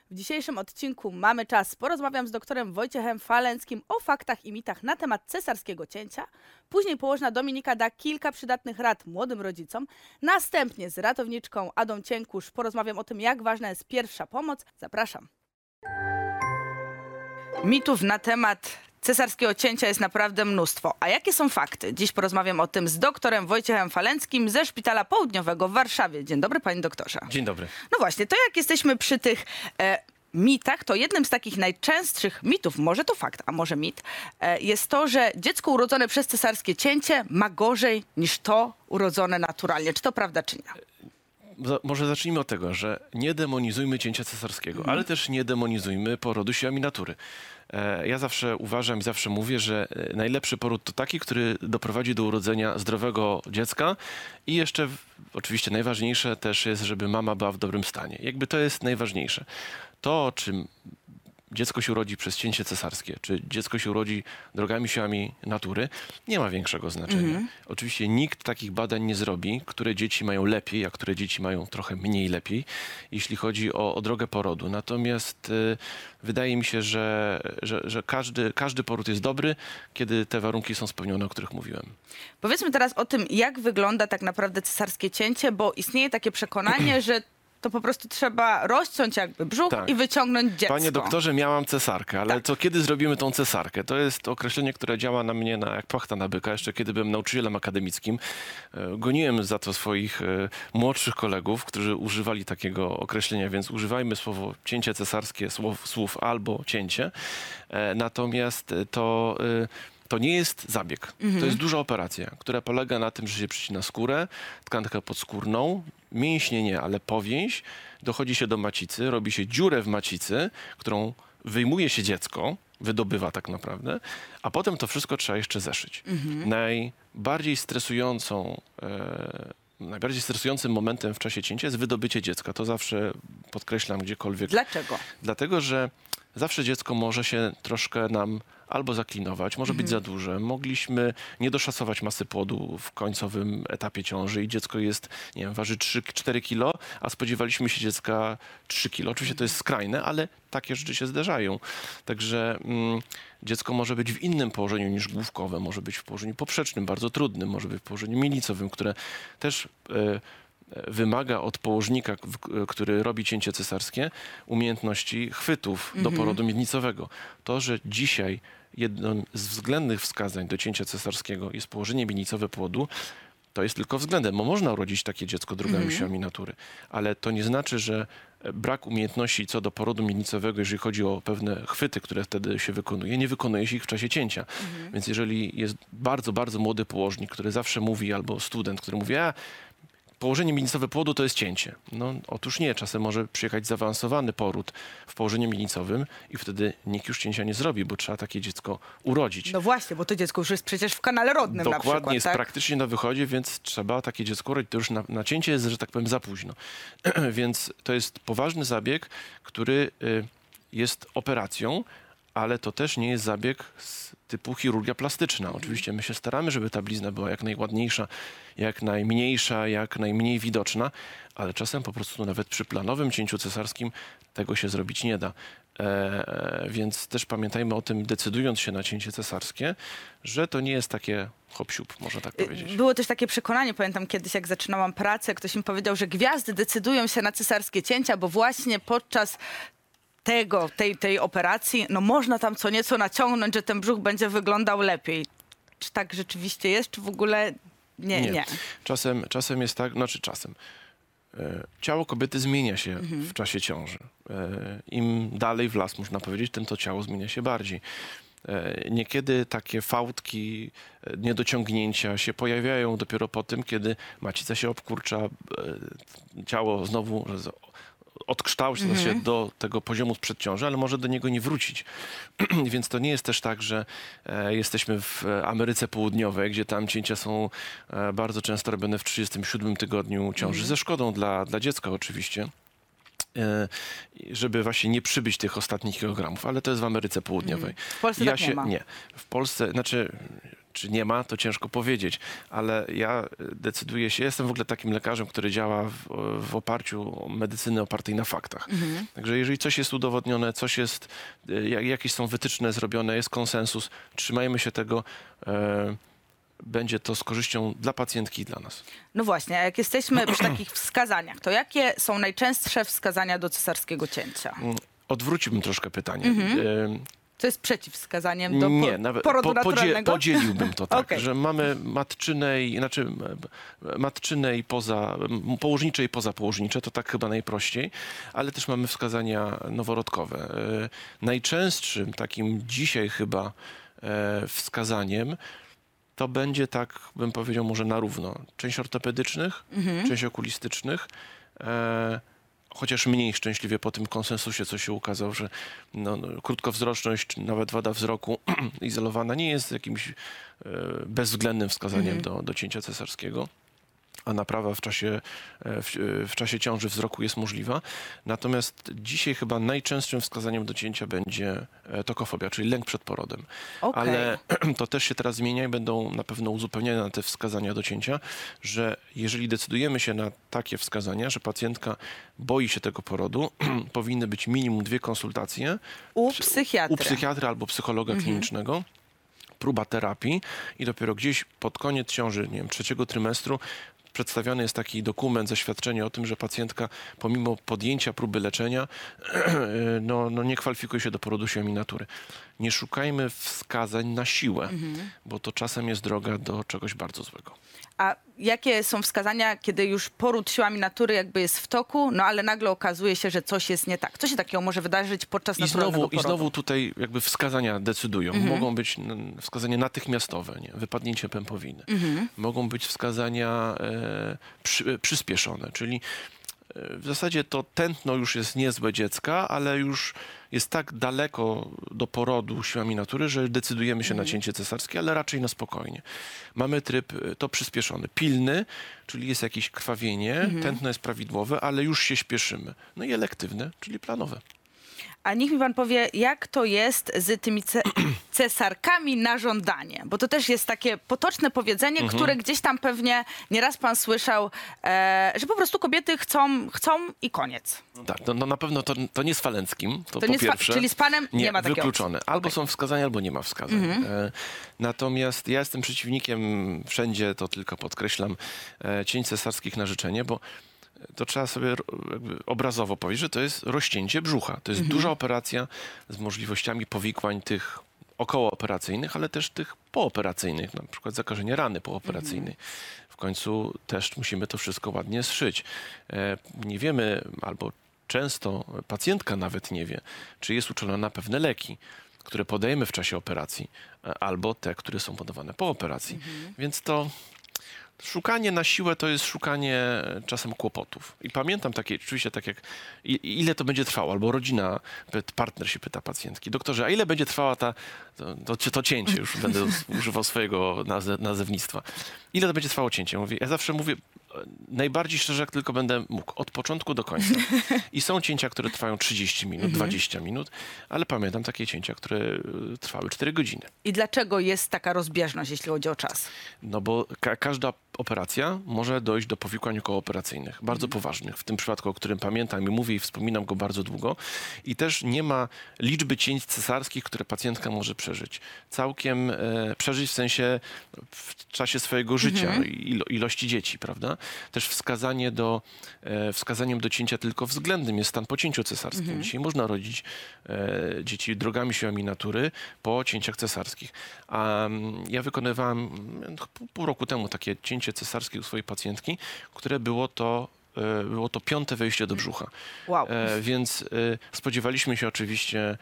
W dzisiejszym odcinku Mamy czas. Porozmawiam z doktorem Wojciechem Falęckim o faktach i mitach na temat cesarskiego cięcia. Później położna Dominika da kilka przydatnych rad młodym rodzicom. Następnie z ratowniczką Adą Cienkusz porozmawiam o tym, jak ważna jest pierwsza pomoc. Zapraszam. Mitów na temat cesarskiego cięcia jest naprawdę mnóstwo. A jakie są fakty? Dziś porozmawiam o tym z doktorem Wojciechem Falęckim ze Szpitala Południowego w Warszawie. Dzień dobry, panie doktorze. Dzień dobry. No właśnie, to jak jesteśmy przy tych mitach, to jednym z takich najczęstszych mitów, może to fakt, a może mit, jest to, że dziecko urodzone przez cesarskie cięcie ma gorzej niż to urodzone naturalnie. Czy to prawda, czy nie? Może zacznijmy od tego, że nie demonizujmy cięcia cesarskiego, ale też nie demonizujmy porodu siłami natury. Ja zawsze uważam i zawsze mówię, że najlepszy poród to taki, który doprowadzi do urodzenia zdrowego dziecka i jeszcze oczywiście najważniejsze też jest, żeby mama była w dobrym stanie. Jakby to jest najważniejsze. To, czym dziecko się urodzi przez cięcie cesarskie, czy dziecko się urodzi drogami siłami natury, nie ma większego znaczenia. Oczywiście nikt takich badań nie zrobi, które dzieci mają lepiej, a które dzieci mają trochę mniej lepiej, jeśli chodzi o drogę porodu. Natomiast wydaje mi się, że każdy poród jest dobry, kiedy te warunki są spełnione, o których mówiłem. Powiedzmy teraz o tym, jak wygląda tak naprawdę cesarskie cięcie, bo istnieje takie przekonanie, że to po prostu trzeba rozciąć jakby brzuch i wyciągnąć dziecko. Panie doktorze, miałam cesarkę, ale to kiedy zrobimy tą cesarkę? To jest określenie, które działa na mnie jak płachta na byka. Jeszcze kiedy byłem nauczycielem akademickim, goniłem za to swoich młodszych kolegów, którzy używali takiego określenia, więc używajmy słowo cięcie cesarskie, słów albo cięcie. Natomiast to nie jest zabieg. To jest duża operacja, która polega na tym, że się przycina skórę, tkankę podskórną, mięśnie nie, ale powięź, dochodzi się do macicy, robi się dziurę w macicy, którą wyjmuje się dziecko, wydobywa tak naprawdę, a potem to wszystko trzeba jeszcze zeszyć. Najbardziej stresującym momentem w czasie cięcia jest wydobycie dziecka. To zawsze podkreślam gdziekolwiek. Dlaczego? Dlatego, że zawsze dziecko może się troszkę nam albo zaklinować, może być za duże. Mogliśmy nie doszacować masy płodu w końcowym etapie ciąży i dziecko jest, nie wiem, waży 3-4 kilo, a spodziewaliśmy się dziecka 3 kilo. Oczywiście to jest skrajne, ale takie rzeczy się zdarzają. Także dziecko może być w innym położeniu niż główkowe, może być w położeniu poprzecznym, bardzo trudnym, może być w położeniu milicowym, które też wymaga od położnika, który robi cięcie cesarskie, umiejętności chwytów do porodu miednicowego. To, że dzisiaj jedną z względnych wskazań do cięcia cesarskiego jest położenie miednicowe płodu, to jest tylko względem, bo można urodzić takie dziecko drogami siłami natury, ale to nie znaczy, że brak umiejętności co do porodu miednicowego, jeżeli chodzi o pewne chwyty, które wtedy się wykonuje, nie wykonuje się ich w czasie cięcia. Więc jeżeli jest bardzo, bardzo młody położnik, który zawsze mówi, albo student, który mówi, położenie miednicowe płodu to jest cięcie. No otóż nie, czasem może przyjechać zaawansowany poród w położeniu miednicowym i wtedy nikt już cięcia nie zrobi, bo trzeba takie dziecko urodzić. No właśnie, bo to dziecko już jest przecież w kanale rodnym na przykład. Dokładnie, jest tak? praktycznie na wychodzie, więc trzeba takie dziecko urodzić. To już na cięcie jest, że tak powiem, za późno. Więc to jest poważny zabieg, który jest operacją, ale to też nie jest zabieg z typu chirurgia plastyczna. Oczywiście my się staramy, żeby ta blizna była jak najładniejsza, jak najmniejsza, jak najmniej widoczna, ale czasem po prostu nawet przy planowym cięciu cesarskim tego się zrobić nie da. Więc też pamiętajmy o tym, decydując się na cięcie cesarskie, że to nie jest takie hop-siup, można tak powiedzieć. Było też takie przekonanie, pamiętam kiedyś, jak zaczynałam pracę, ktoś mi powiedział, że gwiazdy decydują się na cesarskie cięcia, bo właśnie podczas tej operacji, no można tam co nieco naciągnąć, że ten brzuch będzie wyglądał lepiej. Czy tak rzeczywiście jest, czy w ogóle nie? Czasem jest tak, ciało kobiety zmienia się w czasie ciąży. Im dalej w las, można powiedzieć, tym to ciało zmienia się bardziej. Niekiedy takie fałdki, niedociągnięcia się pojawiają dopiero po tym, kiedy macica się obkurcza, ciało znowu odkształca się do tego poziomu sprzed ciąży, ale może do niego nie wrócić. Więc to nie jest też tak, że jesteśmy w Ameryce Południowej, gdzie tam cięcia są bardzo często robione w 37 tygodniu ciąży, ze szkodą dla dziecka oczywiście, żeby właśnie nie przybyć tych ostatnich kilogramów, ale to jest w Ameryce Południowej. W Polsce tak nie ma. Nie. W Polsce, Czy nie ma, to ciężko powiedzieć, ale ja decyduję się, jestem w ogóle takim lekarzem, który działa w oparciu o medycyny opartej na faktach. Także jeżeli coś jest udowodnione, coś jest, jakieś są wytyczne zrobione, jest konsensus, trzymajmy się tego, będzie to z korzyścią dla pacjentki i dla nas. No właśnie, a jak jesteśmy przy takich wskazaniach, to jakie są najczęstsze wskazania do cesarskiego cięcia? Odwróciłbym troszkę pytanie. Co jest przeciwwskazaniem do Nie, nawet porodu naturalnego? podzieliłbym to tak, Okej. że mamy matczyne i położnicze i pozapołożnicze, to tak chyba najprościej, ale też mamy wskazania noworodkowe. Najczęstszym takim dzisiaj chyba wskazaniem to będzie, tak bym powiedział, może na równo. Część ortopedycznych, część okulistycznych, chociaż mniej szczęśliwie po tym konsensusie, co się ukazało, że krótkowzroczność, czy nawet wada wzroku izolowana nie jest jakimś bezwzględnym wskazaniem do cięcia cesarskiego, a naprawa w czasie ciąży wzroku jest możliwa. Natomiast dzisiaj chyba najczęstszym wskazaniem do cięcia będzie tokofobia, czyli lęk przed porodem. Okej. Ale to też się teraz zmienia i będą na pewno uzupełniane na te wskazania do cięcia, że jeżeli decydujemy się na takie wskazania, że pacjentka boi się tego porodu, powinny być minimum 2 konsultacje U psychiatry. u psychiatry albo psychologa klinicznego, próba terapii i dopiero gdzieś pod koniec ciąży, nie wiem, 3. trymestru przedstawiony jest taki dokument, zaświadczenie o tym, że pacjentka pomimo podjęcia próby leczenia nie kwalifikuje się do porodu siłami natury. Nie szukajmy wskazań na siłę, bo to czasem jest droga do czegoś bardzo złego. A jakie są wskazania, kiedy już poród siłami natury jakby jest w toku, no ale nagle okazuje się, że coś jest nie tak? Co się takiego może wydarzyć podczas naturalnego porodu? I znowu tutaj jakby wskazania decydują. Mogą być wskazania natychmiastowe, nie? Wypadnięcie pępowiny. Mogą być wskazania przyspieszone, czyli w zasadzie to tętno już jest niezłe dziecka, ale już jest tak daleko do porodu siłami natury, że decydujemy się na cięcie cesarskie, ale raczej na spokojnie. Mamy tryb to przyspieszony. Pilny, czyli jest jakieś krwawienie, tętno jest prawidłowe, ale już się śpieszymy. No i elektywne, czyli planowe. A niech mi pan powie, jak to jest z tymi cesarkami na żądanie? Bo to też jest takie potoczne powiedzenie, które gdzieś tam pewnie nieraz pan słyszał, że po prostu kobiety chcą i koniec. Tak, no na pewno to nie z Falenckim, to po nie pierwsze. Czyli z panem nie ma takiego. Wykluczone. Albo są wskazania, albo nie ma wskazań. Natomiast ja jestem przeciwnikiem, wszędzie to tylko podkreślam, cięć cesarskich na życzenie, bo to trzeba sobie jakby obrazowo powiedzieć, że to jest rozcięcie brzucha. To jest duża operacja z możliwościami powikłań tych okołooperacyjnych, ale też tych pooperacyjnych, na przykład zakażenie rany pooperacyjnej. W końcu też musimy to wszystko ładnie zszyć. Nie wiemy, albo często pacjentka nawet nie wie, czy jest uczulona na pewne leki, które podajemy w czasie operacji, albo te, które są podawane po operacji. Więc to szukanie na siłę to jest szukanie czasem kłopotów. I pamiętam takie, oczywiście tak jak, ile to będzie trwało, albo rodzina, partner się pyta pacjentki, doktorze, a ile będzie trwała to cięcie, już będę używał swojego nazewnictwa. Ile to będzie trwało cięcie? Ja zawsze mówię, najbardziej szczerze, jak tylko będę mógł, od początku do końca. I są cięcia, które trwają 30 minut, 20 minut, ale pamiętam takie cięcia, które trwały 4 godziny. I dlaczego jest taka rozbieżność, jeśli chodzi o czas? No bo każda operacja może dojść do powikłań okołooperacyjnych, bardzo poważnych. W tym przypadku, o którym pamiętam i mówię i wspominam go bardzo długo. I też nie ma liczby cięć cesarskich, które pacjentka może przeżyć. Całkiem przeżyć w sensie w czasie swojego życia, ilości dzieci, prawda? Też wskazaniem do cięcia tylko względnym jest stan po cięciu cesarskim. Dzisiaj można rodzić dzieci drogami siłami natury po cięciach cesarskich. A ja wykonywałem pół roku temu takie cięcie cesarskie u swojej pacjentki, które było to 5. wejście do brzucha. Wow. Więc spodziewaliśmy się oczywiście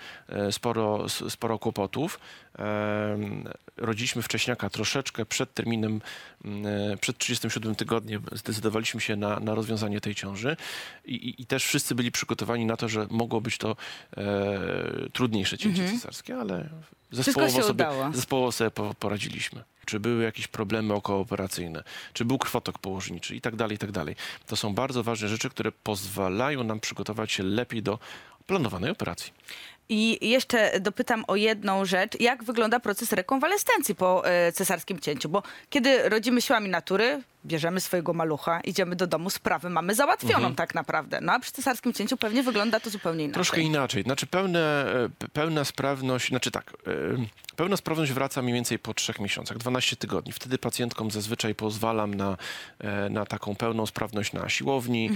sporo kłopotów. Rodziliśmy wcześniaka troszeczkę przed terminem, przed 37 tygodniem zdecydowaliśmy się na rozwiązanie tej ciąży i też wszyscy byli przygotowani na to, że mogło być to trudniejsze cięcie cesarskie, ale zespołowo sobie poradziliśmy. Czy były jakieś problemy okołooperacyjne, czy był krwotok położniczy i tak dalej, i tak dalej. To są bardzo ważne rzeczy, które pozwalają nam przygotować się lepiej do planowanej operacji. I jeszcze dopytam o jedną rzecz. Jak wygląda proces rekonwalescencji po cesarskim cięciu? Bo kiedy rodzimy siłami natury, bierzemy swojego malucha, idziemy do domu, sprawę mamy załatwioną tak naprawdę. No a przy cesarskim cięciu pewnie wygląda to zupełnie inaczej. Troszkę inaczej. Znaczy pełna sprawność, pełna sprawność wraca mniej więcej po 3 miesiącach, 12 tygodni. Wtedy pacjentkom zazwyczaj pozwalam na taką pełną sprawność na siłowni,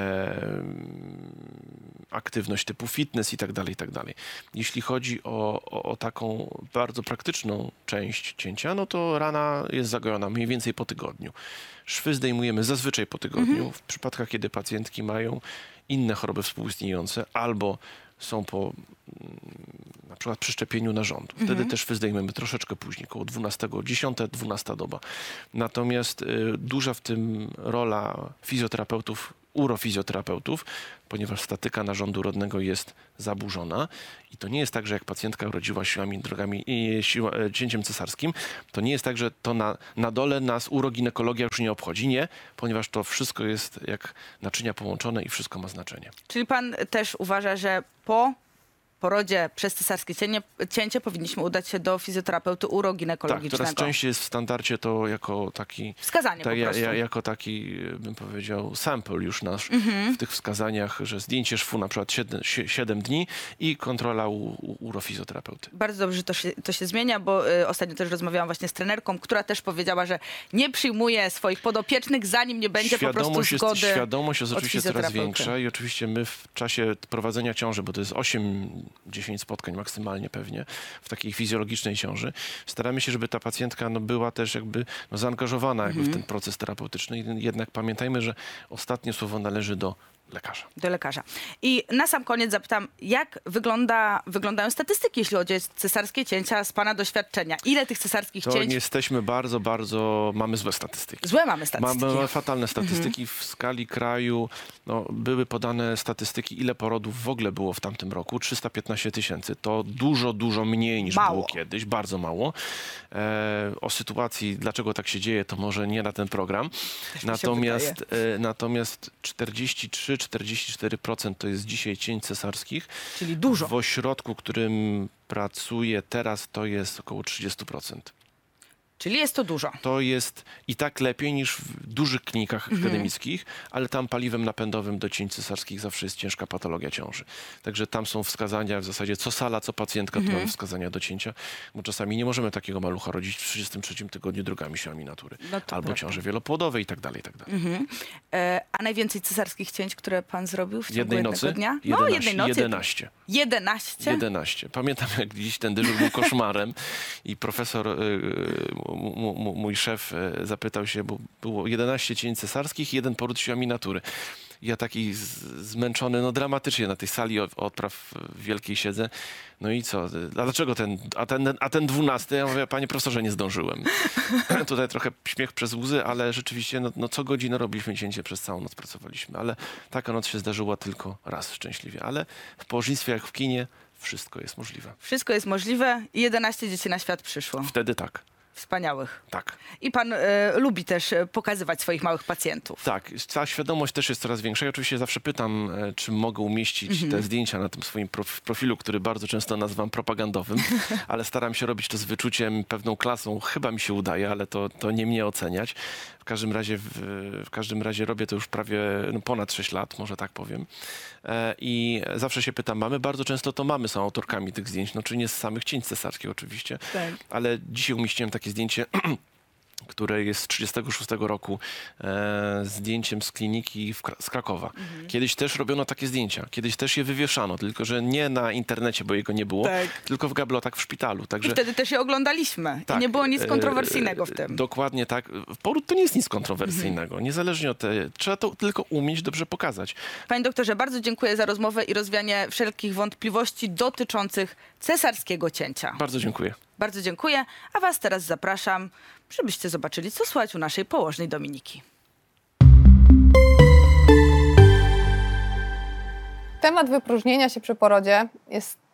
aktywność typu fitness i tak dalej, i tak dalej. Jeśli chodzi o taką bardzo praktyczną część cięcia, no to rana jest zagojona mniej więcej po tygodniu. Szwy zdejmujemy zazwyczaj po tygodniu. W przypadkach, kiedy pacjentki mają inne choroby współistniejące albo są po na przykład przeszczepieniu narządu. Wtedy też szwy zdejmujemy troszeczkę później, około 10-12 doba. Natomiast duża w tym rola fizjoterapeutów, urofizjoterapeutów, ponieważ statyka narządu rodnego jest zaburzona i to nie jest tak, że jak pacjentka urodziła siłami drogami i cięciem cesarskim, to nie jest tak, że to na dole nas uroginekologia już nie obchodzi. Nie, ponieważ to wszystko jest jak naczynia połączone i wszystko ma znaczenie. Czyli pan też uważa, że po porodzie przez cesarskie cięcie powinniśmy udać się do fizjoterapeuty uroginekologicznego. Tak, coraz częściej jest w standardzie to jako taki... Wskazanie po prostu. Jako taki, bym powiedział, sample już nasz w tych wskazaniach, że zdjęcie szwu na przykład 7 dni i kontrola u urofizjoterapeuty. Bardzo dobrze, że to się zmienia, bo ostatnio też rozmawiałam właśnie z trenerką, która też powiedziała, że nie przyjmuje swoich podopiecznych, zanim nie będzie po prostu zgody. Świadomość jest oczywiście coraz większa i oczywiście my w czasie prowadzenia ciąży, bo to jest 8-10 spotkań maksymalnie pewnie w takiej fizjologicznej ciąży. Staramy się, żeby ta pacjentka była też jakby zaangażowana w ten proces terapeutyczny. Jednak pamiętajmy, że ostatnie słowo należy do lekarza. Do lekarza. I na sam koniec zapytam, jak wyglądają statystyki, jeśli chodzi o cesarskie cięcia z pana doświadczenia? Ile tych cesarskich To cięć? jesteśmy mamy złe statystyki. Złe mamy statystyki. Mamy fatalne statystyki. W skali kraju były podane statystyki, ile porodów w ogóle było w tamtym roku. 315 000. To dużo mniej niż było kiedyś. Bardzo mało. O sytuacji, dlaczego tak się dzieje, to może nie na ten program. Natomiast 43-44% to jest dzisiaj cięć cesarskich. Czyli dużo. W ośrodku, którym pracuję teraz, to jest około 30%. Czyli jest to dużo. To jest i tak lepiej niż w dużych klinikach akademickich, ale tam paliwem napędowym do cięć cesarskich zawsze jest ciężka patologia ciąży. Także tam są wskazania w zasadzie co sala, co pacjentka, to mamy wskazania do cięcia, bo czasami nie możemy takiego malucha rodzić w 33 tygodniu drogami siłami natury. Albo ciąży wielopłodowe i tak dalej, i tak dalej. A najwięcej cesarskich cięć, które pan zrobił w ciągu jednej jednego nocy? dnia? 11. 11? 11. Pamiętam, jak dziś ten dyżur był koszmarem i profesor, mój szef zapytał się, bo było 11 cięć cesarskich i 1 poród siłami natury. Ja taki zmęczony, dramatycznie na tej sali odpraw wielkiej siedzę. No i co? A dlaczego ten 12? Ja mówię, panie profesorze, nie zdążyłem. Tutaj trochę śmiech przez łzy, ale rzeczywiście co godzinę robiliśmy cięcie, przez całą noc pracowaliśmy. Ale taka noc się zdarzyła tylko raz szczęśliwie. Ale w położnictwie jak w kinie wszystko jest możliwe. Wszystko jest możliwe i 11 dzieci na świat przyszło. Wtedy tak. Wspaniałych. Tak. I pan lubi też pokazywać swoich małych pacjentów. Tak, ta świadomość też jest coraz większa. Ja oczywiście zawsze pytam, czy mogę umieścić te zdjęcia na tym swoim profilu, który bardzo często nazywam propagandowym, ale staram się robić to z wyczuciem, pewną klasą. Chyba mi się udaje, ale to nie mnie oceniać. W każdym razie robię to już prawie ponad 6 lat, może tak powiem. I zawsze się pytam mamy. Bardzo często to mamy są autorkami tych zdjęć, czy nie z samych cięć cesarskich oczywiście, tak. Ale dzisiaj umieściłem takie zdjęcie, które jest z 1936 roku, zdjęciem z kliniki z Krakowa. Kiedyś też robiono takie zdjęcia, kiedyś też je wywieszano, tylko że nie na internecie, bo jego nie było, tylko w gablotach w szpitalu. Także, i wtedy też je oglądaliśmy. Tak, i nie było nic kontrowersyjnego w tym. Dokładnie tak. Poród to nie jest nic kontrowersyjnego. Niezależnie od tego, trzeba to tylko umieć dobrze pokazać. Panie doktorze, bardzo dziękuję za rozmowę i rozwianie wszelkich wątpliwości dotyczących cesarskiego cięcia. Bardzo dziękuję. Bardzo dziękuję, a was teraz zapraszam, żebyście zobaczyli, co słychać u naszej położnej Dominiki. Temat wypróżnienia się przy porodzie jest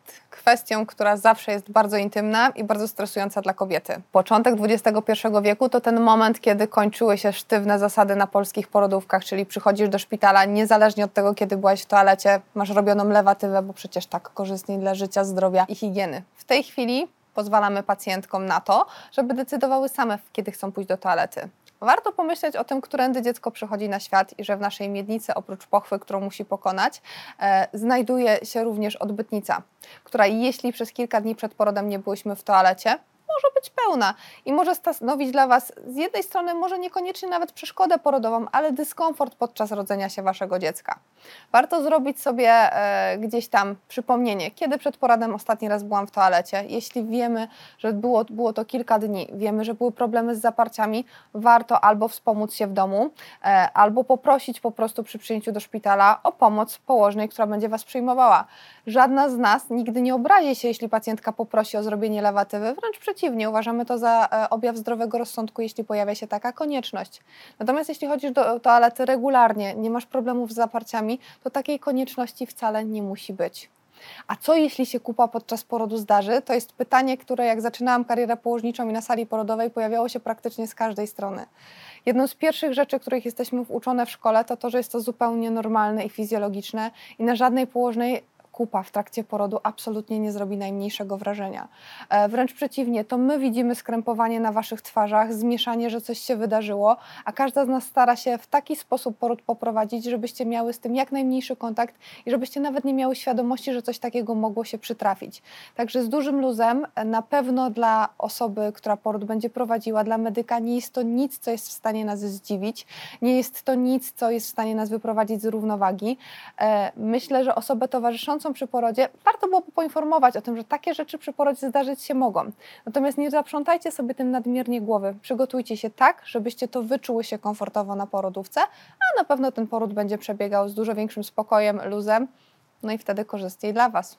jest kwestią, która zawsze jest bardzo intymna i bardzo stresująca dla kobiety. Początek XXI wieku to ten moment, kiedy kończyły się sztywne zasady na polskich porodówkach, czyli przychodzisz do szpitala niezależnie od tego, kiedy byłaś w toalecie, masz robioną lewatywę, bo przecież tak korzystniej dla życia, zdrowia i higieny. W tej chwili pozwalamy pacjentkom na to, żeby decydowały same, kiedy chcą pójść do toalety. Warto pomyśleć o tym, którędy dziecko przychodzi na świat i że w naszej miednicy, oprócz pochwy, którą musi pokonać, znajduje się również odbytnica, która jeśli przez kilka dni przed porodem nie byłyśmy w toalecie, może być pełna i może stanowić dla Was z jednej strony może niekoniecznie nawet przeszkodę porodową, ale dyskomfort podczas rodzenia się Waszego dziecka. Warto zrobić sobie gdzieś tam przypomnienie, kiedy przed porodem ostatni raz byłam w toalecie. Jeśli wiemy, że było to kilka dni, wiemy, że były problemy z zaparciami, warto albo wspomóc się w domu, albo poprosić po prostu przy przyjęciu do szpitala o pomoc położnej, która będzie Was przyjmowała. Żadna z nas nigdy nie obrazi się, jeśli pacjentka poprosi o zrobienie lewatywy, wręcz przeciwnie, uważamy to za objaw zdrowego rozsądku, jeśli pojawia się taka konieczność. Natomiast jeśli chodzisz do toalety regularnie, nie masz problemów z zaparciami, to takiej konieczności wcale nie musi być. A co jeśli się kupa podczas porodu zdarzy? To jest pytanie, które jak zaczynałam karierę położniczą i na sali porodowej pojawiało się praktycznie z każdej strony. Jedną z pierwszych rzeczy, których jesteśmy uczone w szkole, to to, że jest to zupełnie normalne i fizjologiczne i na żadnej położnej kupa w trakcie porodu absolutnie nie zrobi najmniejszego wrażenia. Wręcz przeciwnie, to my widzimy skrępowanie na Waszych twarzach, zmieszanie, że coś się wydarzyło, a każda z nas stara się w taki sposób poród poprowadzić, żebyście miały z tym jak najmniejszy kontakt i żebyście nawet nie miały świadomości, że coś takiego mogło się przytrafić. Także z dużym luzem, na pewno dla osoby, która poród będzie prowadziła, dla medyka nie jest to nic, co jest w stanie nas zdziwić, nie jest to nic, co jest w stanie nas wyprowadzić z równowagi. Myślę, że osobę towarzyszącą przy porodzie warto byłoby poinformować o tym, że takie rzeczy przy porodzie zdarzyć się mogą. Natomiast nie zaprzątajcie sobie tym nadmiernie głowy. Przygotujcie się tak, żebyście to wyczuły się komfortowo na porodówce, a na pewno ten poród będzie przebiegał z dużo większym spokojem, luzem, no i wtedy korzystniej dla Was.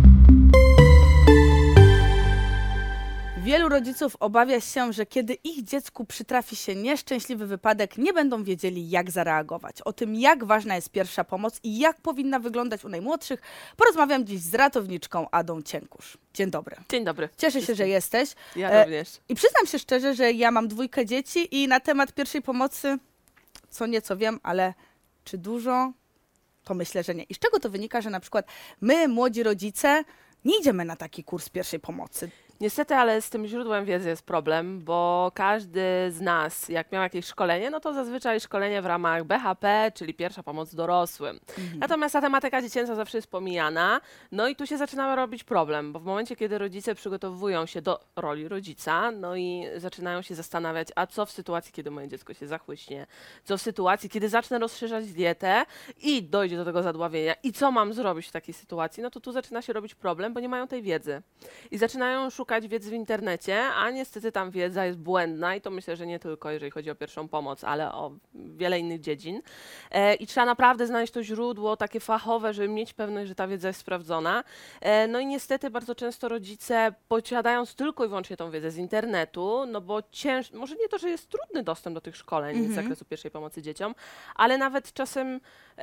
Wielu rodziców obawia się, że kiedy ich dziecku przytrafi się nieszczęśliwy wypadek, nie będą wiedzieli, jak zareagować. O tym, jak ważna jest pierwsza pomoc i jak powinna wyglądać u najmłodszych, porozmawiam dziś z ratowniczką Adą Cienkusz. Dzień dobry. Dzień dobry. Cieszę się, że jesteś. Ja również. I przyznam się szczerze, że ja mam 2 dzieci i na temat pierwszej pomocy co nieco wiem, ale czy dużo? To myślę, że nie. I z czego to wynika, że na przykład my, młodzi rodzice, nie idziemy na taki kurs pierwszej pomocy? Niestety, ale z tym źródłem wiedzy jest problem, bo każdy z nas, jak miał jakieś szkolenie, no to zazwyczaj szkolenie w ramach BHP, czyli pierwsza pomoc dorosłym. Natomiast ta tematyka dziecięca zawsze jest pomijana, no i tu się zaczyna robić problem, bo w momencie, kiedy rodzice przygotowują się do roli rodzica, no i zaczynają się zastanawiać, a co w sytuacji, kiedy moje dziecko się zachłyśnie, co w sytuacji, kiedy zacznę rozszerzać dietę i dojdzie do tego zadławienia i co mam zrobić w takiej sytuacji, no to tu zaczyna się robić problem, bo nie mają tej wiedzy. I zaczynają szukać wiedzy w internecie, a niestety tam wiedza jest błędna i to myślę, że nie tylko jeżeli chodzi o pierwszą pomoc, ale o wiele innych dziedzin. I trzeba naprawdę znaleźć to źródło takie fachowe, żeby mieć pewność, że ta wiedza jest sprawdzona. No i niestety bardzo często rodzice, posiadając tylko i wyłącznie tą wiedzę z internetu, no bo może nie to, że jest trudny dostęp do tych szkoleń z zakresu pierwszej pomocy dzieciom, ale nawet czasem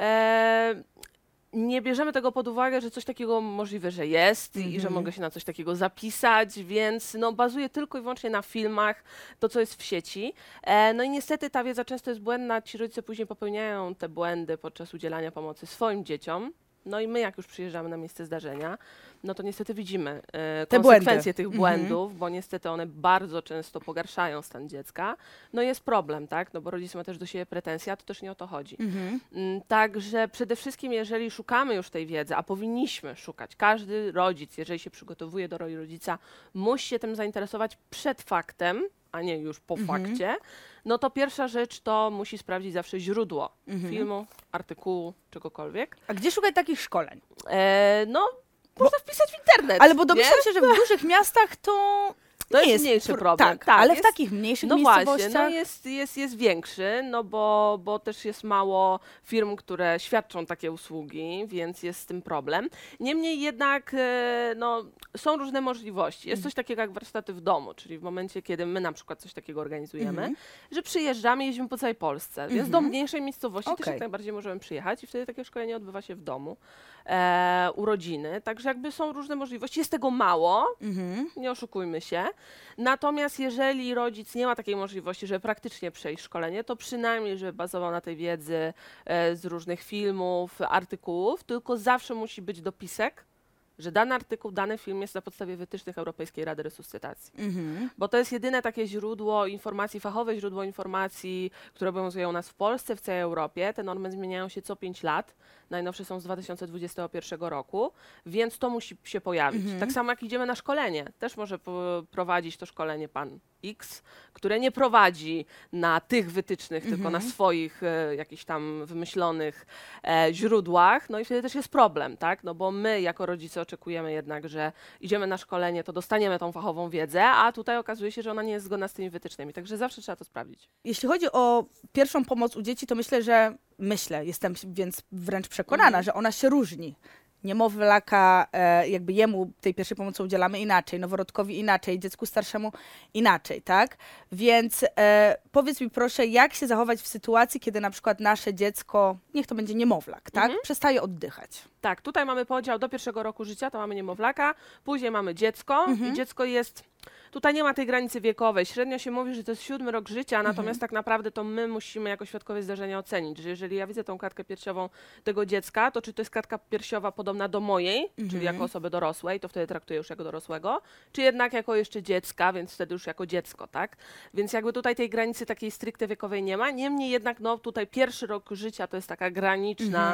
nie bierzemy tego pod uwagę, że coś takiego możliwe, że jest i że mogę się na coś takiego zapisać, więc no, bazuję tylko i wyłącznie na filmach, to co jest w sieci. No i niestety ta wiedza często jest błędna, ci rodzice później popełniają te błędy podczas udzielania pomocy swoim dzieciom. No i my jak już przyjeżdżamy na miejsce zdarzenia, no to niestety widzimy konsekwencje tych błędów, bo niestety one bardzo często pogarszają stan dziecka. No jest problem, tak? No bo rodzice ma też do siebie pretensje, a to też nie o to chodzi. Także przede wszystkim, jeżeli szukamy już tej wiedzy, a powinniśmy szukać, każdy rodzic, jeżeli się przygotowuje do roli rodzica, musi się tym zainteresować przed faktem, a nie już po fakcie, no to pierwsza rzecz to musi sprawdzić zawsze źródło filmu, artykułu, czegokolwiek. A gdzie szukać takich szkoleń? No, można wpisać w internet. Ale bo domyślam się, że w dużych miastach to To Nie jest mniejszy problem. Tak, ale w jest, takich mniejszych no miejscowościach... właśnie, no jest większy, no bo też jest mało firm, które świadczą takie usługi, więc jest z tym problem. Niemniej jednak no, są różne możliwości. Jest coś takiego jak warsztaty w domu, czyli w momencie, kiedy my na przykład coś takiego organizujemy, że przyjeżdżamy, jeździmy po całej Polsce, więc do mniejszej miejscowości też jak najbardziej możemy przyjechać i wtedy takie szkolenie odbywa się w domu, u rodziny. Także jakby są różne możliwości. Jest tego mało, nie oszukujmy się. Natomiast jeżeli rodzic nie ma takiej możliwości, żeby praktycznie przejść szkolenie, to przynajmniej, żeby bazował na tej wiedzy z różnych filmów, artykułów, tylko zawsze musi być dopisek, że dany artykuł, dany film jest na podstawie wytycznych Europejskiej Rady Resuscytacji. Bo to jest jedyne takie źródło informacji, fachowe źródło informacji, które obowiązują u nas w Polsce, w całej Europie. Te normy zmieniają się co 5 lat. Najnowsze są z 2021 roku, więc to musi się pojawić. Tak samo jak idziemy na szkolenie. Też może prowadzić to szkolenie pan X, które nie prowadzi na tych wytycznych, tylko na swoich jakichś tam wymyślonych źródłach. No i wtedy też jest problem, tak? No bo my jako rodzice oczekujemy jednak, że idziemy na szkolenie, to dostaniemy tą fachową wiedzę, a tutaj okazuje się, że ona nie jest zgodna z tymi wytycznymi. Także zawsze trzeba to sprawdzić. Jeśli chodzi o pierwszą pomoc u dzieci, to jestem więc wręcz przekonana, że ona się różni. Niemowlaka, jakby jemu tej pierwszej pomocy udzielamy inaczej, noworodkowi inaczej, dziecku starszemu inaczej, tak? Więc powiedz mi proszę, jak się zachować w sytuacji, kiedy na przykład nasze dziecko, niech to będzie niemowlak, tak? Przestaje oddychać. Tak, tutaj mamy podział do 1. roku życia, to mamy niemowlaka, później mamy dziecko i dziecko jest... Tutaj nie ma tej granicy wiekowej. Średnio się mówi, że to jest 7 rok życia, natomiast tak naprawdę to my musimy jako świadkowie zdarzenia ocenić, że jeżeli ja widzę tą klatkę piersiową tego dziecka, to czy to jest klatka piersiowa podobna do mojej, czyli jako osoby dorosłej, to wtedy traktuję już jako dorosłego, czy jednak jako jeszcze dziecka, więc wtedy już jako dziecko, tak? Więc jakby tutaj tej granicy takiej stricte wiekowej nie ma. Niemniej jednak no tutaj 1. rok życia to jest taka graniczna,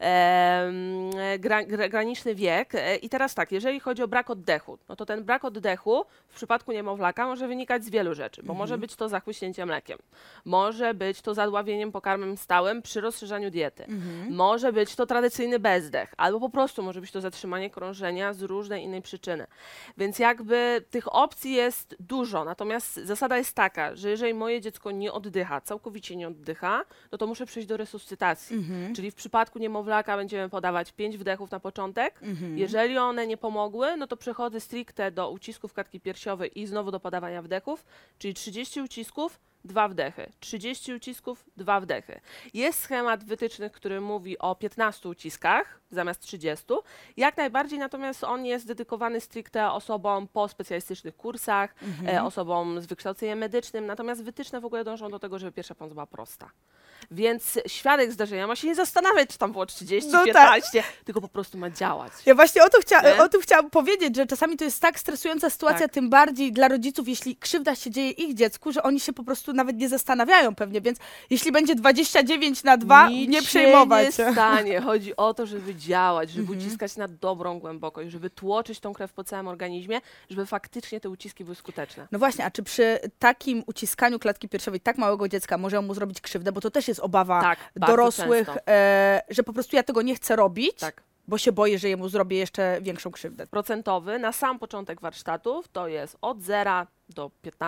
graniczny wiek. I teraz tak, jeżeli chodzi o brak oddechu, no to ten brak oddechu w przypadku niemowlaka może wynikać z wielu rzeczy, bo może być to zachłyśnięcie mlekiem, może być to zadławieniem pokarmem stałym przy rozszerzaniu diety, może być to tradycyjny bezdech, albo po prostu może być to zatrzymanie krążenia z różnej innej przyczyny. Więc jakby tych opcji jest dużo, natomiast zasada jest taka, że jeżeli moje dziecko nie oddycha, całkowicie nie oddycha, no to muszę przejść do resuscytacji. Czyli w przypadku niemowlaka będziemy podawać 5 wdechów na początek. Jeżeli one nie pomogły, no to przechodzę stricte do ucisków klatki piersiowej i znowu do podawania wdechów, czyli 30 ucisków, 2 wdechy, 30 ucisków, 2 wdechy. Jest schemat wytycznych, który mówi o 15 uciskach zamiast 30. Jak najbardziej, natomiast on jest dedykowany stricte osobom po specjalistycznych kursach, osobom z wykształceniem medycznym, natomiast wytyczne w ogóle dążą do tego, żeby pierwsza pomoc była prosta. Więc świadek zdarzenia ma się nie zastanawiać, czy tam było 30, 15, tylko po prostu ma działać. Ja właśnie o tym chciałam powiedzieć, że czasami to jest tak stresująca sytuacja, tym bardziej dla rodziców, jeśli krzywda się dzieje ich dziecku, że oni się po prostu nawet nie zastanawiają pewnie, więc jeśli będzie 29/2, nie przejmować się. Nie stanie. Chodzi o to, żeby działać, żeby uciskać na dobrą głębokość, żeby tłoczyć tą krew po całym organizmie, żeby faktycznie te uciski były skuteczne. No właśnie, a czy przy takim uciskaniu klatki piersiowej tak małego dziecka może mu zrobić krzywdę, bo to też jest obawa dorosłych, że po prostu ja tego nie chcę robić, bo się boję, że jemu zrobię jeszcze większą krzywdę. Procentowy na sam początek warsztatów to jest od 0 do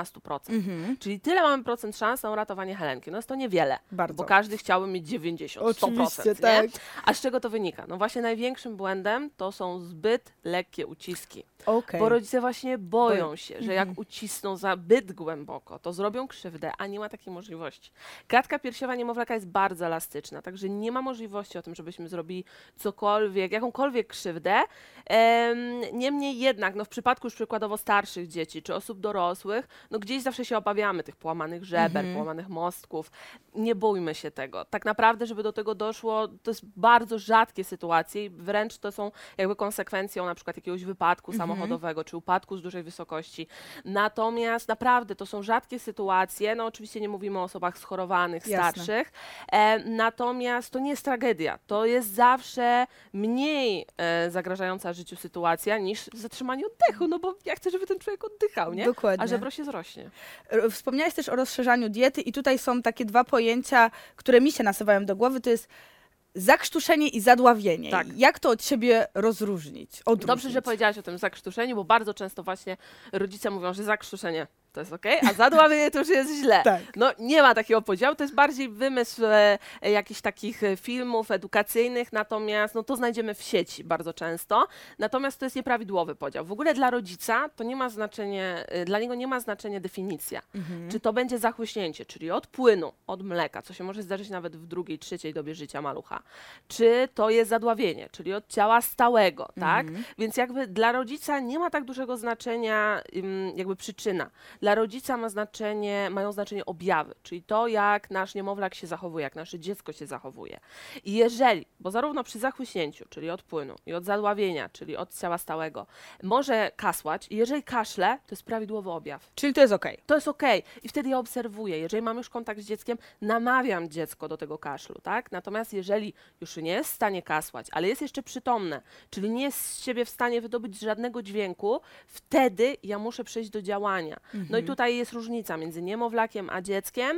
15%. Czyli tyle mamy procent szans na uratowanie Helenki. No jest to niewiele, bo każdy chciałby mieć 90, 100%. Tak. Nie? A z czego to wynika? No właśnie największym błędem to są zbyt lekkie uciski. Bo rodzice właśnie boją się, że jak ucisną zbyt głęboko, to zrobią krzywdę, a nie ma takiej możliwości. Klatka piersiowa niemowlaka jest bardzo elastyczna, także nie ma możliwości o tym, żebyśmy zrobili cokolwiek, jakąkolwiek krzywdę. Niemniej jednak, no w przypadku już przykładowo starszych dzieci, czy osób dorosłych, no gdzieś zawsze się obawiamy tych połamanych żeber, połamanych mostków. Nie bójmy się tego. Tak naprawdę, żeby do tego doszło, to jest bardzo rzadkie sytuacje i wręcz to są jakby konsekwencją na przykład jakiegoś wypadku samochodowego, czy upadku z dużej wysokości. Natomiast naprawdę to są rzadkie sytuacje, no oczywiście nie mówimy o osobach schorowanych, starszych, natomiast to nie jest tragedia. To jest zawsze mniej zagrażająca życiu sytuacja niż zatrzymanie oddechu, no bo ja chcę, żeby ten człowiek oddychał, nie? Dokładnie. A żebro się zrośnie. Wspomniałeś też o rozszerzaniu diety i tutaj są takie 2 pojęcia, które mi się nasuwają do głowy, to jest zakrztuszenie i zadławienie. Tak. Jak to od siebie rozróżnić? Dobrze, że powiedziałaś o tym zakrztuszeniu, bo bardzo często właśnie rodzice mówią, że zakrztuszenie to jest okej, a zadławienie to już jest źle. Tak. No nie ma takiego podziału, to jest bardziej wymysł jakichś takich filmów edukacyjnych, natomiast no, to znajdziemy w sieci bardzo często, natomiast to jest nieprawidłowy podział. W ogóle dla rodzica to nie ma znaczenia, dla niego nie ma znaczenia definicja. Czy to będzie zachłyśnięcie, czyli od płynu, od mleka, co się może zdarzyć nawet w drugiej, trzeciej dobie życia malucha, czy to jest zadławienie, czyli od ciała stałego, tak? Więc jakby dla rodzica nie ma tak dużego znaczenia jakby przyczyna. Dla rodzica mają znaczenie objawy, czyli to, jak nasz niemowlak się zachowuje, jak nasze dziecko się zachowuje. I jeżeli, bo zarówno przy zachłyśnięciu, czyli od płynu, i od zadławienia, czyli od ciała stałego, może kasłać, i jeżeli kaszle, to jest prawidłowy objaw. Czyli to jest okej. To jest okej. I wtedy ja obserwuję. Jeżeli mam już kontakt z dzieckiem, namawiam dziecko do tego kaszlu, tak? Natomiast jeżeli już nie jest w stanie kasłać, ale jest jeszcze przytomne, czyli nie jest z siebie w stanie wydobyć żadnego dźwięku, wtedy ja muszę przejść do działania. No i tutaj jest różnica między niemowlakiem a dzieckiem,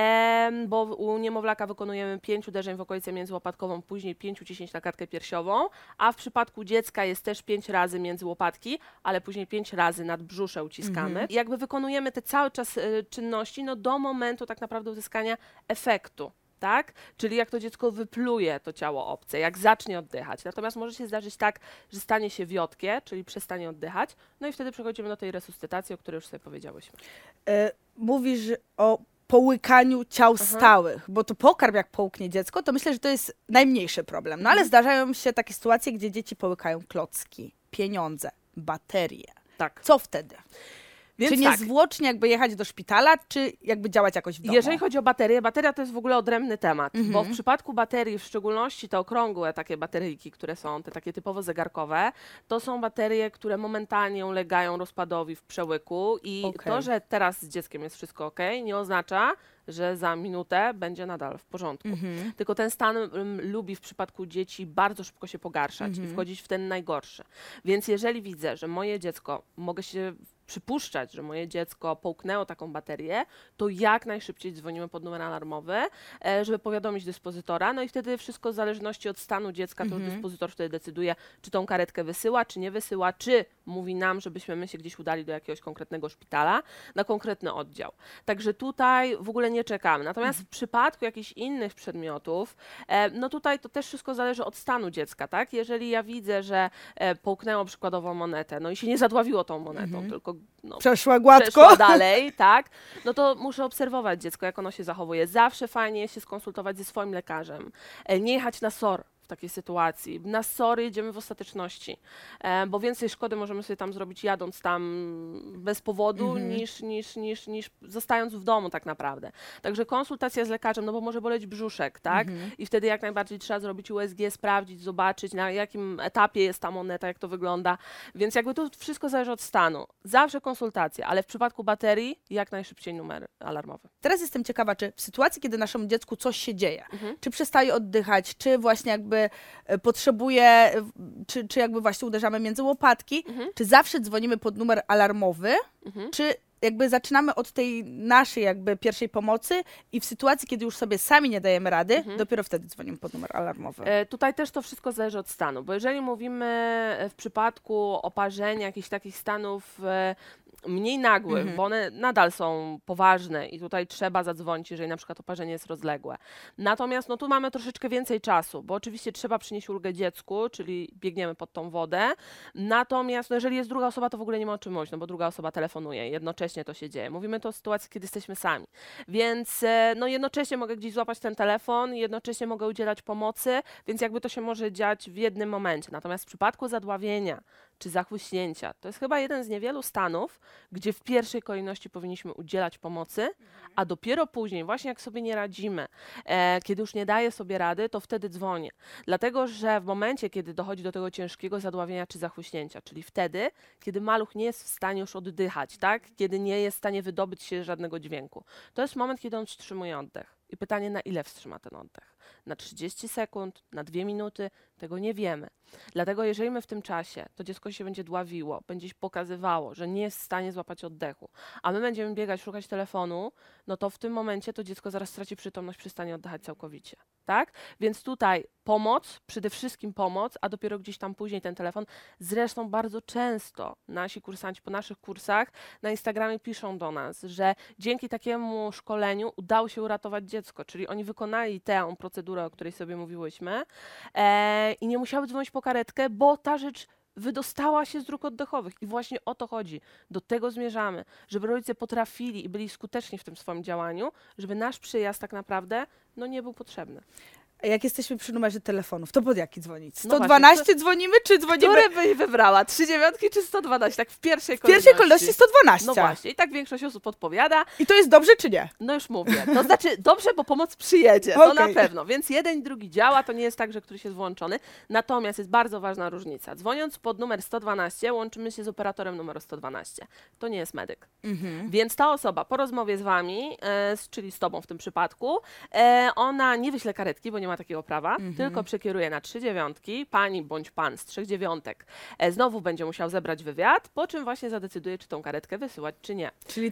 bo u niemowlaka wykonujemy 5 uderzeń w okolicę międzyłopatkową, później 5-10 na klatkę piersiową, a w przypadku dziecka jest też 5 razy między łopatki, ale później 5 razy nad brzusze uciskamy. I jakby wykonujemy te cały czas czynności no do momentu tak naprawdę uzyskania efektu. Tak? Czyli jak to dziecko wypluje to ciało obce, jak zacznie oddychać. Natomiast może się zdarzyć tak, że stanie się wiotkie, czyli przestanie oddychać, no i wtedy przechodzimy do tej resuscytacji, o której już sobie powiedziałyśmy. Mówisz o połykaniu ciał stałych, bo to pokarm jak połknie dziecko, to myślę, że to jest najmniejszy problem. No ale zdarzają się takie sytuacje, gdzie dzieci połykają klocki, pieniądze, baterie. Tak. Co wtedy? Więc czy niezwłocznie jakby jechać do szpitala, czy jakby działać jakoś w domu? Jeżeli chodzi o baterię, bateria to jest w ogóle odrębny temat, bo w przypadku baterii, w szczególności te okrągłe takie bateryjki, które są te takie typowo zegarkowe, to są baterie, które momentalnie ulegają rozpadowi w przełyku i to, że teraz z dzieckiem jest wszystko okej, nie oznacza, że za minutę będzie nadal w porządku. Tylko ten stan lubi w przypadku dzieci bardzo szybko się pogarszać i wchodzić w ten najgorszy. Więc jeżeli widzę, że moje dziecko, mogę się przypuszczać, że moje dziecko połknęło taką baterię, to jak najszybciej dzwonimy pod numer alarmowy, żeby powiadomić dyspozytora. No i wtedy wszystko w zależności od stanu dziecka, to dyspozytor wtedy decyduje, czy tą karetkę wysyła, czy nie wysyła, czy mówi nam, żebyśmy my się gdzieś udali do jakiegoś konkretnego szpitala, na konkretny oddział. Także tutaj w ogóle nie czekamy. Natomiast w przypadku jakichś innych przedmiotów, no tutaj to też wszystko zależy od stanu dziecka, tak? Jeżeli ja widzę, że połknęło przykładowo monetę, no i się nie zadławiło tą monetą, tylko no, Przeszła gładko. przeszła dalej, tak? No to muszę obserwować dziecko, jak ono się zachowuje. Zawsze fajnie jest się skonsultować ze swoim lekarzem. Nie jechać na SOR w takiej sytuacji. Na SOR jedziemy w ostateczności, bo więcej szkody możemy sobie tam zrobić jadąc tam bez powodu, niż zostając w domu tak naprawdę. Także konsultacja z lekarzem, no bo może boleć brzuszek, tak? I wtedy jak najbardziej trzeba zrobić USG, sprawdzić, zobaczyć na jakim etapie jest ta moneta, jak to wygląda. Więc jakby to wszystko zależy od stanu. Zawsze konsultacja, ale w przypadku baterii jak najszybciej numer alarmowy. Teraz jestem ciekawa, czy w sytuacji, kiedy naszemu dziecku coś się dzieje, czy przestaje oddychać, czy właśnie jakby potrzebuje, czy jakby właśnie uderzamy między łopatki, czy zawsze dzwonimy pod numer alarmowy, czy jakby zaczynamy od tej naszej jakby pierwszej pomocy i w sytuacji, kiedy już sobie sami nie dajemy rady, dopiero wtedy dzwonimy pod numer alarmowy. Tutaj też to wszystko zależy od stanu, bo jeżeli mówimy w przypadku oparzenia, jakichś takich stanów mniej nagłych, bo one nadal są poważne i tutaj trzeba zadzwonić, jeżeli na przykład oparzenie jest rozległe. Natomiast no tu mamy troszeczkę więcej czasu, bo oczywiście trzeba przynieść ulgę dziecku, czyli biegniemy pod tą wodę. Natomiast no jeżeli jest druga osoba, to w ogóle nie ma o czym mówić, no bo druga osoba telefonuje, jednocześnie to się dzieje. Mówimy to o sytuacji, kiedy jesteśmy sami. Więc no jednocześnie mogę gdzieś złapać ten telefon, jednocześnie mogę udzielać pomocy, więc jakby to się może dziać w jednym momencie. Natomiast w przypadku zadławienia czy zachłyśnięcia, to jest chyba jeden z niewielu stanów, gdzie w pierwszej kolejności powinniśmy udzielać pomocy, a dopiero później, właśnie jak sobie nie radzimy, kiedy już nie daję sobie rady, to wtedy dzwonię. Dlatego, że w momencie, kiedy dochodzi do tego ciężkiego zadławienia czy zachłyśnięcia, czyli wtedy, kiedy maluch nie jest w stanie już oddychać, tak? Kiedy nie jest w stanie wydobyć się żadnego dźwięku, to jest moment, kiedy on wstrzymuje oddech. I pytanie, na ile wstrzyma ten oddech. na 30 sekund, na 2 minuty, tego nie wiemy. Dlatego jeżeli my w tym czasie to dziecko się będzie dławiło, będzie się pokazywało, że nie jest w stanie złapać oddechu, a my będziemy biegać, szukać telefonu, no to w tym momencie to dziecko zaraz straci przytomność, przestanie oddychać całkowicie. Tak? Więc tutaj pomoc, przede wszystkim pomoc, a dopiero gdzieś tam później ten telefon. Zresztą bardzo często nasi kursanci po naszych kursach na Instagramie piszą do nas, że dzięki takiemu szkoleniu udało się uratować dziecko, czyli oni wykonali tę procedurę, o której sobie mówiłyśmy i nie musiały dzwonić po karetkę, bo ta rzecz wydostała się z dróg oddechowych. I właśnie o to chodzi. Do tego zmierzamy, żeby rodzice potrafili i byli skuteczni w tym swoim działaniu, żeby nasz przyjazd tak naprawdę nie był potrzebny. A jak jesteśmy przy numerze telefonów, to pod jaki dzwonić? No 112 właśnie, dzwonimy, czy dzwonimy? Które byś wybrała? 39 czy 112? Tak w pierwszej W kolejności. pierwszej kolejności 112. No właśnie, i tak większość osób odpowiada. I to jest dobrze, czy nie? No już mówię. To znaczy dobrze, bo pomoc przyjedzie, to na Okej. pewno. Więc jeden i drugi działa, to nie jest tak, że któryś jest włączony. Natomiast jest bardzo ważna różnica. Dzwoniąc pod numer 112, łączymy się z operatorem numeru 112. To nie jest medyk. Więc ta osoba po rozmowie z wami, czyli z tobą w tym przypadku, ona nie wyśle karetki, bo nie ma takiego prawa, tylko przekieruje na 3 dziewiątki, pani bądź pan z 3 dziewiątek znowu będzie musiał zebrać wywiad, po czym właśnie zadecyduje, czy tą karetkę wysyłać, czy nie. Czyli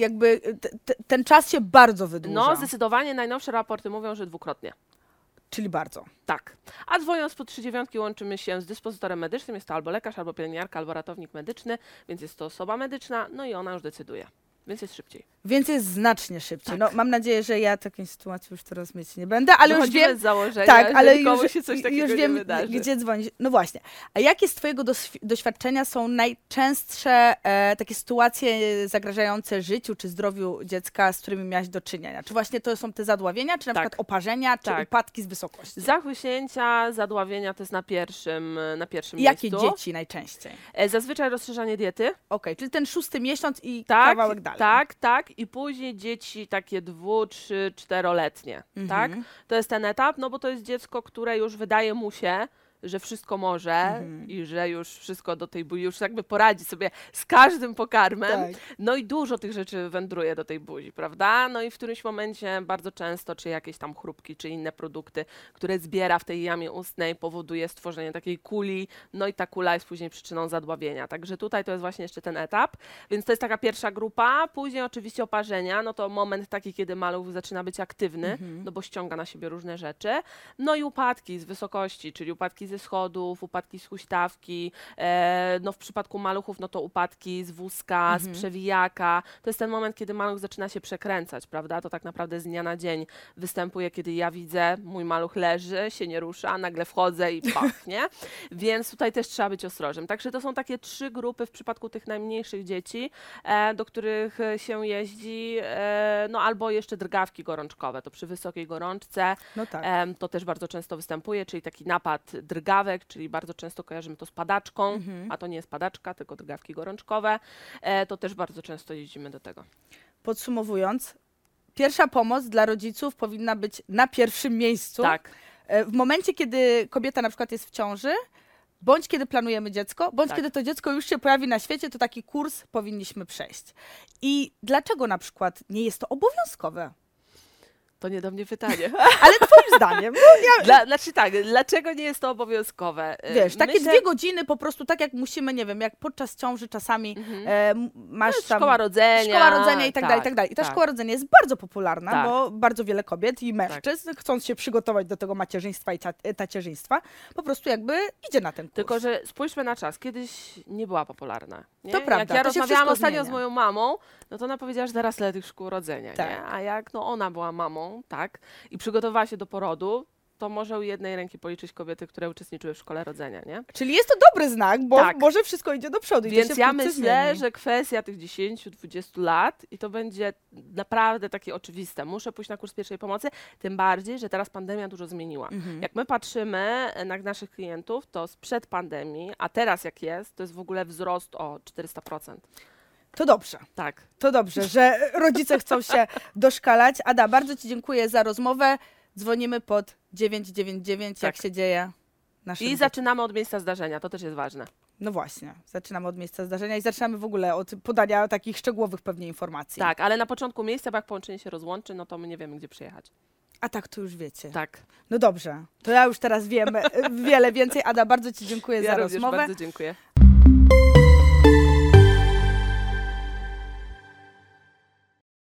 ten czas się bardzo wydłuża. No, zdecydowanie najnowsze raporty mówią, że dwukrotnie. Czyli bardzo. Tak. A dzwoniąc po 3 dziewiątki łączymy się z dyspozytorem medycznym, jest to albo lekarz, albo pielęgniarka, albo ratownik medyczny, więc jest to osoba medyczna, no i ona już decyduje. Więc jest szybciej. Więc jest znacznie szybciej. Tak. No, mam nadzieję, że ja takiej sytuacji już teraz mieć nie będę, ale już Wychodzimy wiem, z założenia, tak, że ale nikomu już, się coś takiego już nie wiem, wydarzy. gdzie dzwonić. No właśnie. A jakie z twojego doświadczenia są najczęstsze takie sytuacje zagrażające życiu czy zdrowiu dziecka, z którymi miałaś do czynienia? Czy właśnie to są te zadławienia, czy na Tak. przykład oparzenia, czy Tak. upadki z wysokości? Zachłyśnięcia, zadławienia to jest na pierwszym Jakie miejscu. dzieci najczęściej? Zazwyczaj rozszerzanie diety. Okej, czyli ten 6. miesiąc i Tak, kawałek dalej. tak. I później dzieci takie 2-, 3-, 4-letnie, tak? To jest ten etap, no bo to jest dziecko, które już wydaje mu się, że wszystko może i że już wszystko do tej buzi, już jakby poradzi sobie z każdym pokarmem. Tak. No i dużo tych rzeczy wędruje do tej buzi, prawda? No i w którymś momencie bardzo często, czy jakieś tam chrupki, czy inne produkty, które zbiera w tej jamie ustnej, powoduje stworzenie takiej kuli, no i ta kula jest później przyczyną zadławienia. Także tutaj to jest właśnie jeszcze ten etap. Więc to jest taka pierwsza grupa. Później oczywiście oparzenia, no to moment taki, kiedy maluch zaczyna być aktywny, no bo ściąga na siebie różne rzeczy. No i upadki z wysokości, czyli upadki ze schodów, upadki z huśtawki, no w przypadku maluchów, no to upadki z wózka, z przewijaka. To jest ten moment, kiedy maluch zaczyna się przekręcać, prawda? To tak naprawdę z dnia na dzień występuje, kiedy ja widzę, mój maluch leży, się nie rusza, nagle wchodzę i pach, nie? Więc tutaj też trzeba być ostrożnym. Także to są takie 3 grupy w przypadku tych najmniejszych dzieci, do których się jeździ, no albo jeszcze drgawki gorączkowe, to przy wysokiej gorączce, No tak. to też bardzo często występuje, czyli taki napad drgawek, czyli bardzo często kojarzymy to z padaczką, a to nie jest padaczka, tylko drgawki gorączkowe. To też bardzo często jeździmy do tego. Podsumowując, pierwsza pomoc dla rodziców powinna być na pierwszym miejscu. Tak. W momencie, kiedy kobieta na przykład jest w ciąży, bądź kiedy planujemy dziecko, bądź Tak. kiedy to dziecko już się pojawi na świecie, to taki kurs powinniśmy przejść. I dlaczego na przykład nie jest to obowiązkowe? To nie do mnie pytanie. Ale twoim zdaniem, no Znaczy tak, dlaczego nie jest to obowiązkowe? wiesz, takie Myślę, 2 godziny po prostu tak jak musimy, nie wiem, jak podczas ciąży czasami masz tam szkoła rodzenia. szkoła rodzenia i tak dalej, i tak dalej. I ta tak. szkoła rodzenia jest bardzo popularna, Tak. bo bardzo wiele kobiet i mężczyzn, chcąc się przygotować do tego macierzyństwa i tacierzyństwa, po prostu jakby idzie na ten kurs. Tylko, że spójrzmy na czas. Kiedyś nie była popularna. Nie? To prawda, Jak ja to się rozmawiałam wszystko ostatnio zmienia. z moją mamą, no to ona powiedziała, że zaraz le tych szkół rodzenia. Tak. Nie? A jak ona była mamą, tak, i przygotowała się do porodu, to może u jednej ręki policzyć kobiety, które uczestniczyły w szkole rodzenia, nie? Czyli jest to dobry znak, bo Tak. może wszystko idzie do przodu. I to Więc się ja wkrótce myślę, zmieni. że kwestia tych 10-20 lat i to będzie naprawdę takie oczywiste. Muszę pójść na kurs pierwszej pomocy, tym bardziej, że teraz pandemia dużo zmieniła. Jak my patrzymy na naszych klientów, to sprzed pandemii, a teraz jak jest, to jest w ogóle wzrost o 400%. To dobrze. Tak. To dobrze, że rodzice chcą się doszkalać. Ada, bardzo ci dziękuję za rozmowę. Dzwonimy pod 999, jak Tak. się dzieje. I zaczynamy od miejsca zdarzenia, to też jest ważne. No właśnie, zaczynamy od miejsca zdarzenia i zaczynamy w ogóle od podania takich szczegółowych pewnie informacji. Tak, ale na początku miejsca, bo jak połączenie się rozłączy, no to my nie wiemy, gdzie przyjechać. A tak to już wiecie. Tak. No dobrze, to ja już teraz wiem wiele więcej. Ada, bardzo ci dziękuję Ja za również rozmowę. bardzo dziękuję.